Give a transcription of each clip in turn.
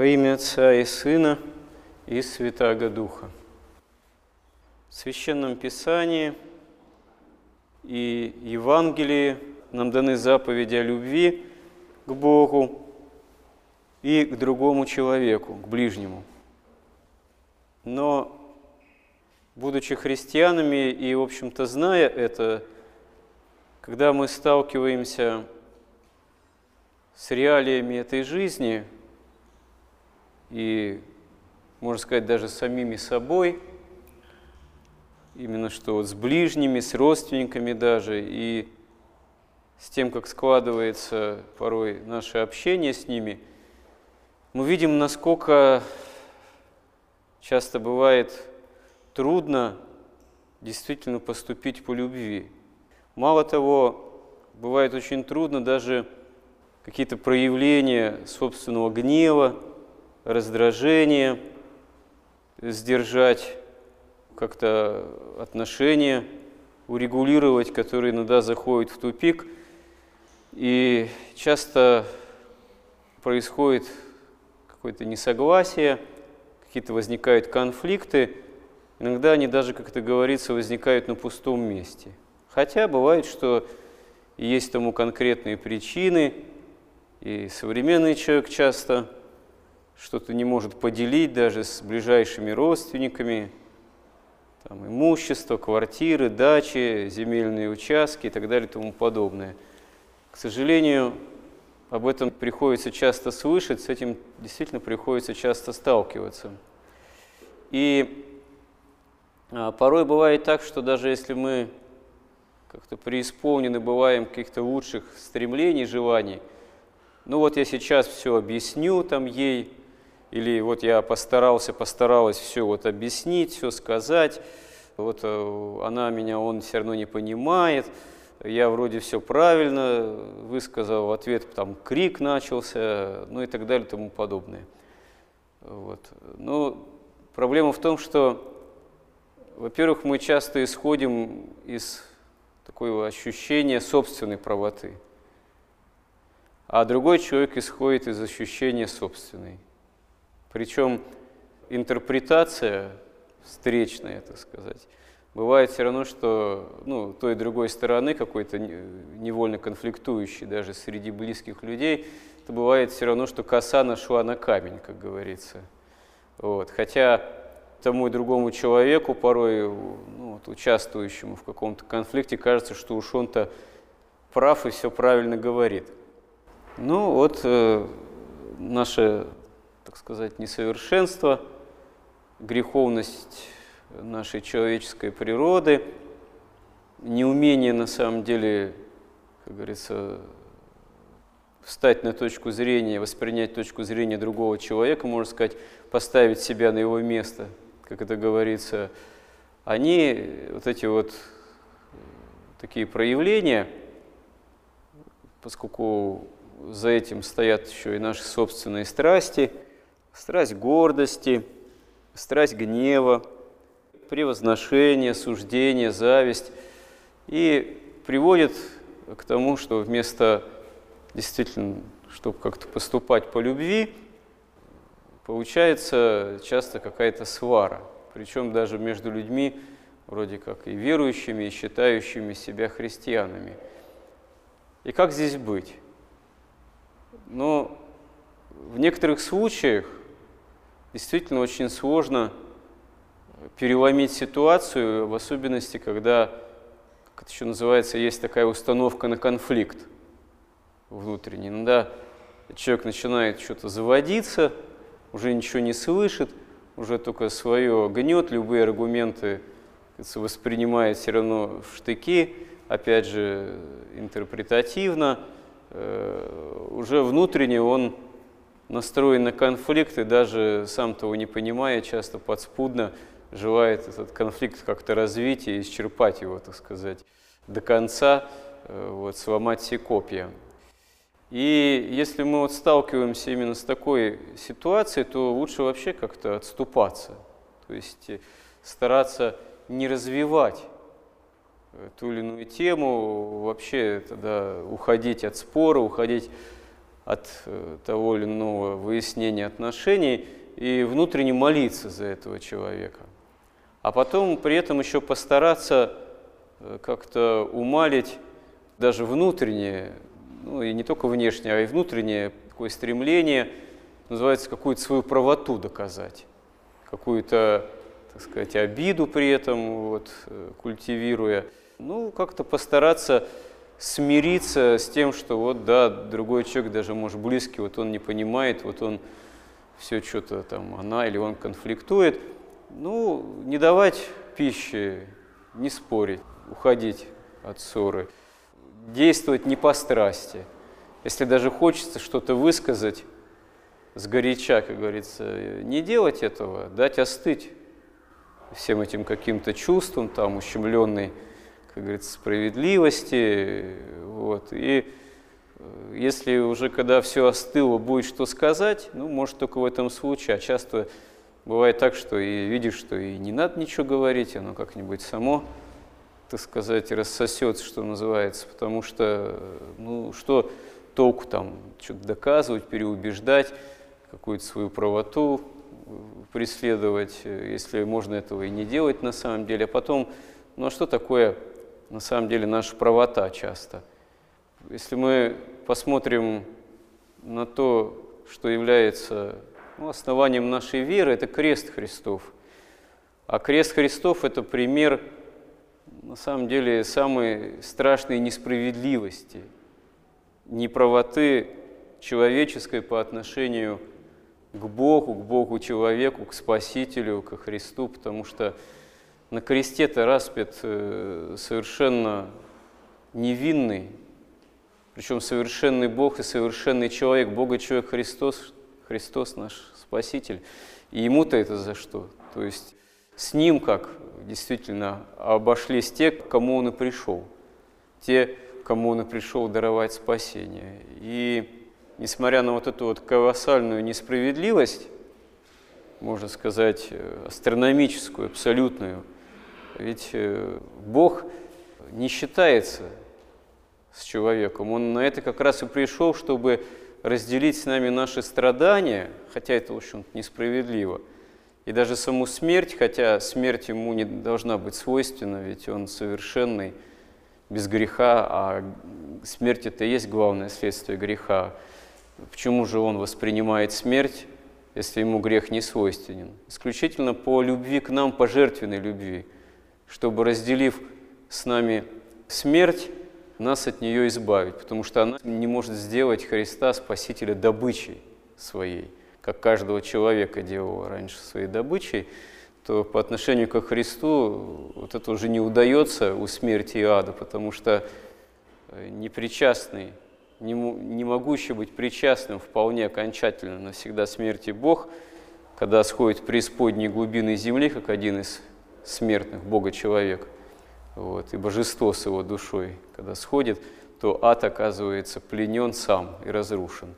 имя Отца и Сына и Святаго Духа. В Священном Писании и Евангелии нам даны заповеди о любви к Богу и к другому человеку, к ближнему. Но, будучи христианами и, в общем-то, зная это, когда мы сталкиваемся с реалиями этой жизни и, можно сказать, даже с самими собой, именно что вот с ближними, с родственниками даже, и с тем, как складывается порой наше общение с ними, мы видим, насколько часто бывает трудно действительно поступить по любви. Мало того, бывает очень трудно даже какие-то проявления собственного гнева, раздражения сдержать, как-то отношения урегулировать, которые иногда заходят в тупик. И часто происходит какое-то несогласие, какие-то возникают конфликты. Иногда они даже, как это говорится, возникают на пустом месте. Хотя бывает, что есть тому конкретные причины, и современный человек часто что-то не может поделить даже с ближайшими родственниками, там, имущество, квартиры, дачи, земельные участки и так далее и тому подобное. К сожалению, об этом приходится часто слышать, с этим действительно приходится часто сталкиваться. И порой бывает так, что даже если мы как-то преисполнены бываем каких-то лучших стремлений, желаний, ну вот я сейчас все объясню там ей, или вот я постаралась все вот объяснить, все сказать, вот она меня, он все равно не понимает, я вроде все правильно высказал, в ответ там крик начался, ну и так далее и тому подобное. Вот. Но проблема в том, что, во-первых, мы часто исходим из такого ощущения собственной правоты, а другой человек исходит из ощущения собственной. Причем интерпретация встречная, так сказать, бывает все равно, что той и другой стороны, какой-то невольно конфликтующей даже среди близких людей, это бывает все равно, что коса нашла на камень, как говорится. Вот. Хотя тому и другому человеку, порой участвующему в каком-то конфликте, кажется, что уж он-то прав и все правильно говорит. Ну вот наше, так сказать, несовершенство, греховность нашей человеческой природы, неумение на самом деле, как говорится, встать на точку зрения, воспринять точку зрения другого человека, можно сказать, поставить себя на его место, как это говорится, они, вот эти вот такие проявления, поскольку за этим стоят еще и наши собственные страсти, страсть гордости, страсть гнева, превозношение, суждение, зависть, и приводит к тому, что вместо действительно, чтобы как-то поступать по любви, получается часто какая-то свара, причем даже между людьми, вроде как и верующими, и считающими себя христианами. И как здесь быть? Но в некоторых случаях действительно очень сложно переломить ситуацию, в особенности, когда, как это еще называется, есть такая установка на конфликт внутренний. Иногда человек начинает что-то заводиться, уже ничего не слышит, уже только свое гнет, любые аргументы воспринимает все равно в штыки, опять же, интерпретативно. Уже внутренне он настроен на конфликт и даже сам того не понимая, часто подспудно желает этот конфликт как-то развить и исчерпать его, так сказать, до конца, сломать все копья. И если мы сталкиваемся именно с такой ситуацией, то лучше вообще как-то отступаться, то есть стараться не развивать ту или иную тему, вообще тогда уходить от спора, уходить от того или иного выяснения отношений и внутренне молиться за этого человека. А потом при этом еще постараться как-то умалить даже внутреннее, ну и не только внешнее, а и внутреннее такое стремление, называется, какую-то свою правоту доказать, какую-то, так сказать, обиду при этом вот, культивируя. Ну, как-то постараться смириться с тем, что вот, да, другой человек, даже, может, близкий, вот он не понимает, вот он все что-то там, она или он конфликтует. Ну, не давать пищи, не спорить, уходить от ссоры, действовать не по страсти. Если даже хочется что-то высказать сгоряча, как говорится, не делать этого, дать остыть всем этим каким-то чувствам, там, ущемленной, как говорится, справедливости. Вот. И если уже, когда все остыло, будет что сказать, ну, может, только в этом случае. А часто бывает так, что и видишь, что и не надо ничего говорить, оно как-нибудь само, так сказать, рассосется, что называется, потому что, ну, что толку там что-то доказывать, переубеждать, какую-то свою правоту преследовать, если можно этого и не делать на самом деле. А потом, ну а что такое на самом деле наша правота часто? Если мы посмотрим на то, что является основанием нашей веры, это крест Христов. А крест Христов – это пример, на самом деле, самой страшной несправедливости, неправоты человеческой по отношению к Богу человеку, к Спасителю, ко Христу, потому что на кресте-то распят совершенно невинный, причем совершенный Бог и совершенный человек, Бога-человек Христос, Христос наш Спаситель. И Ему-то это за что? То есть с Ним как действительно обошлись те, к кому Он и пришел, те, кому Он и пришел даровать спасение. И несмотря на вот эту вот колоссальную несправедливость, можно сказать, астрономическую, абсолютную, ведь Бог не считается с человеком. Он на это как раз и пришел, чтобы разделить с нами наши страдания, хотя это, в общем-то, несправедливо, и даже саму смерть, хотя смерть Ему не должна быть свойственна, ведь Он совершенный, без греха, а смерть – это и есть главное следствие греха. Почему же Он воспринимает смерть, если Ему грех не свойственен? Исключительно по любви к нам, по жертвенной любви, чтобы, разделив с нами смерть, нас от нее избавить, потому что она не может сделать Христа, Спасителя, добычей своей, как каждого человека делала раньше своей добычей, то по отношению к Христу вот это уже не удается у смерти и ада, потому что непричастный, не могущий быть причастным вполне окончательно навсегда смерти Бог, когда сходит в преисподние глубины земли, как один из смертных, Бога-человек, вот, и божество с его душой, когда сходит, то ад оказывается пленен сам и разрушен.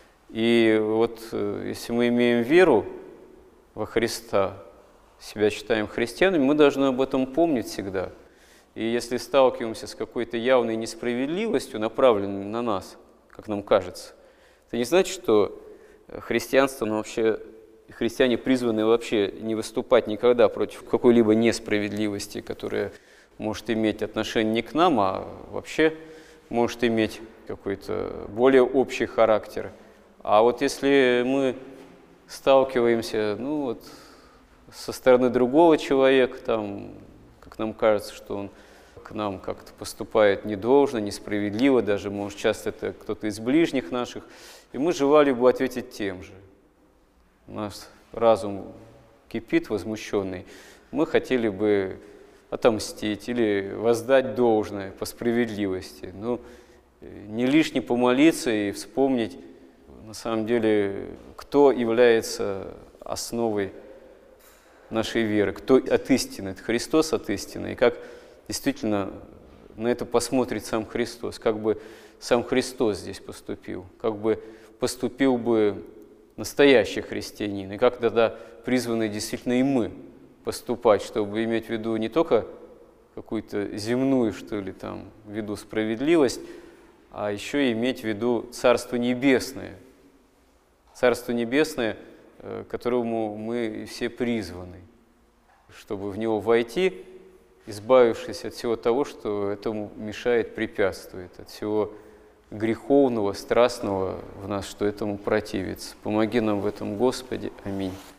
И вот если мы имеем веру во Христа, себя считаем христианами, мы должны об этом помнить всегда. И если сталкиваемся с какой-то явной несправедливостью, направленной на нас, как нам кажется, это не значит, что христианство, ну, вообще, христиане призваны вообще не выступать никогда против какой-либо несправедливости, которая может иметь отношение не к нам, а вообще может иметь какой-то более общий характер. А вот если мы сталкиваемся, ну, вот, со стороны другого человека, там, как нам кажется, что он к нам как-то поступает недолжно, несправедливо, даже, может, часто это кто-то из ближних наших, и мы желали бы ответить тем же. У нас разум кипит возмущенный, мы хотели бы отомстить или воздать должное по справедливости. Ну, не лишне помолиться и вспомнить, на самом деле, кто является основой нашей веры, кто от истины, это Христос от истины, и как действительно на это посмотрит сам Христос, как бы сам Христос здесь поступил, как бы поступил бы настоящий христианин, и как тогда призваны действительно и мы поступать, чтобы иметь в виду не только какую-то земную, что ли, там, в виду справедливость, а еще иметь в виду Царство Небесное, к которому мы все призваны, чтобы в него войти, избавившись от всего того, что этому мешает, препятствует, от всего греховного, страстного в нас, что этому противится. Помоги нам в этом, Господи. Аминь.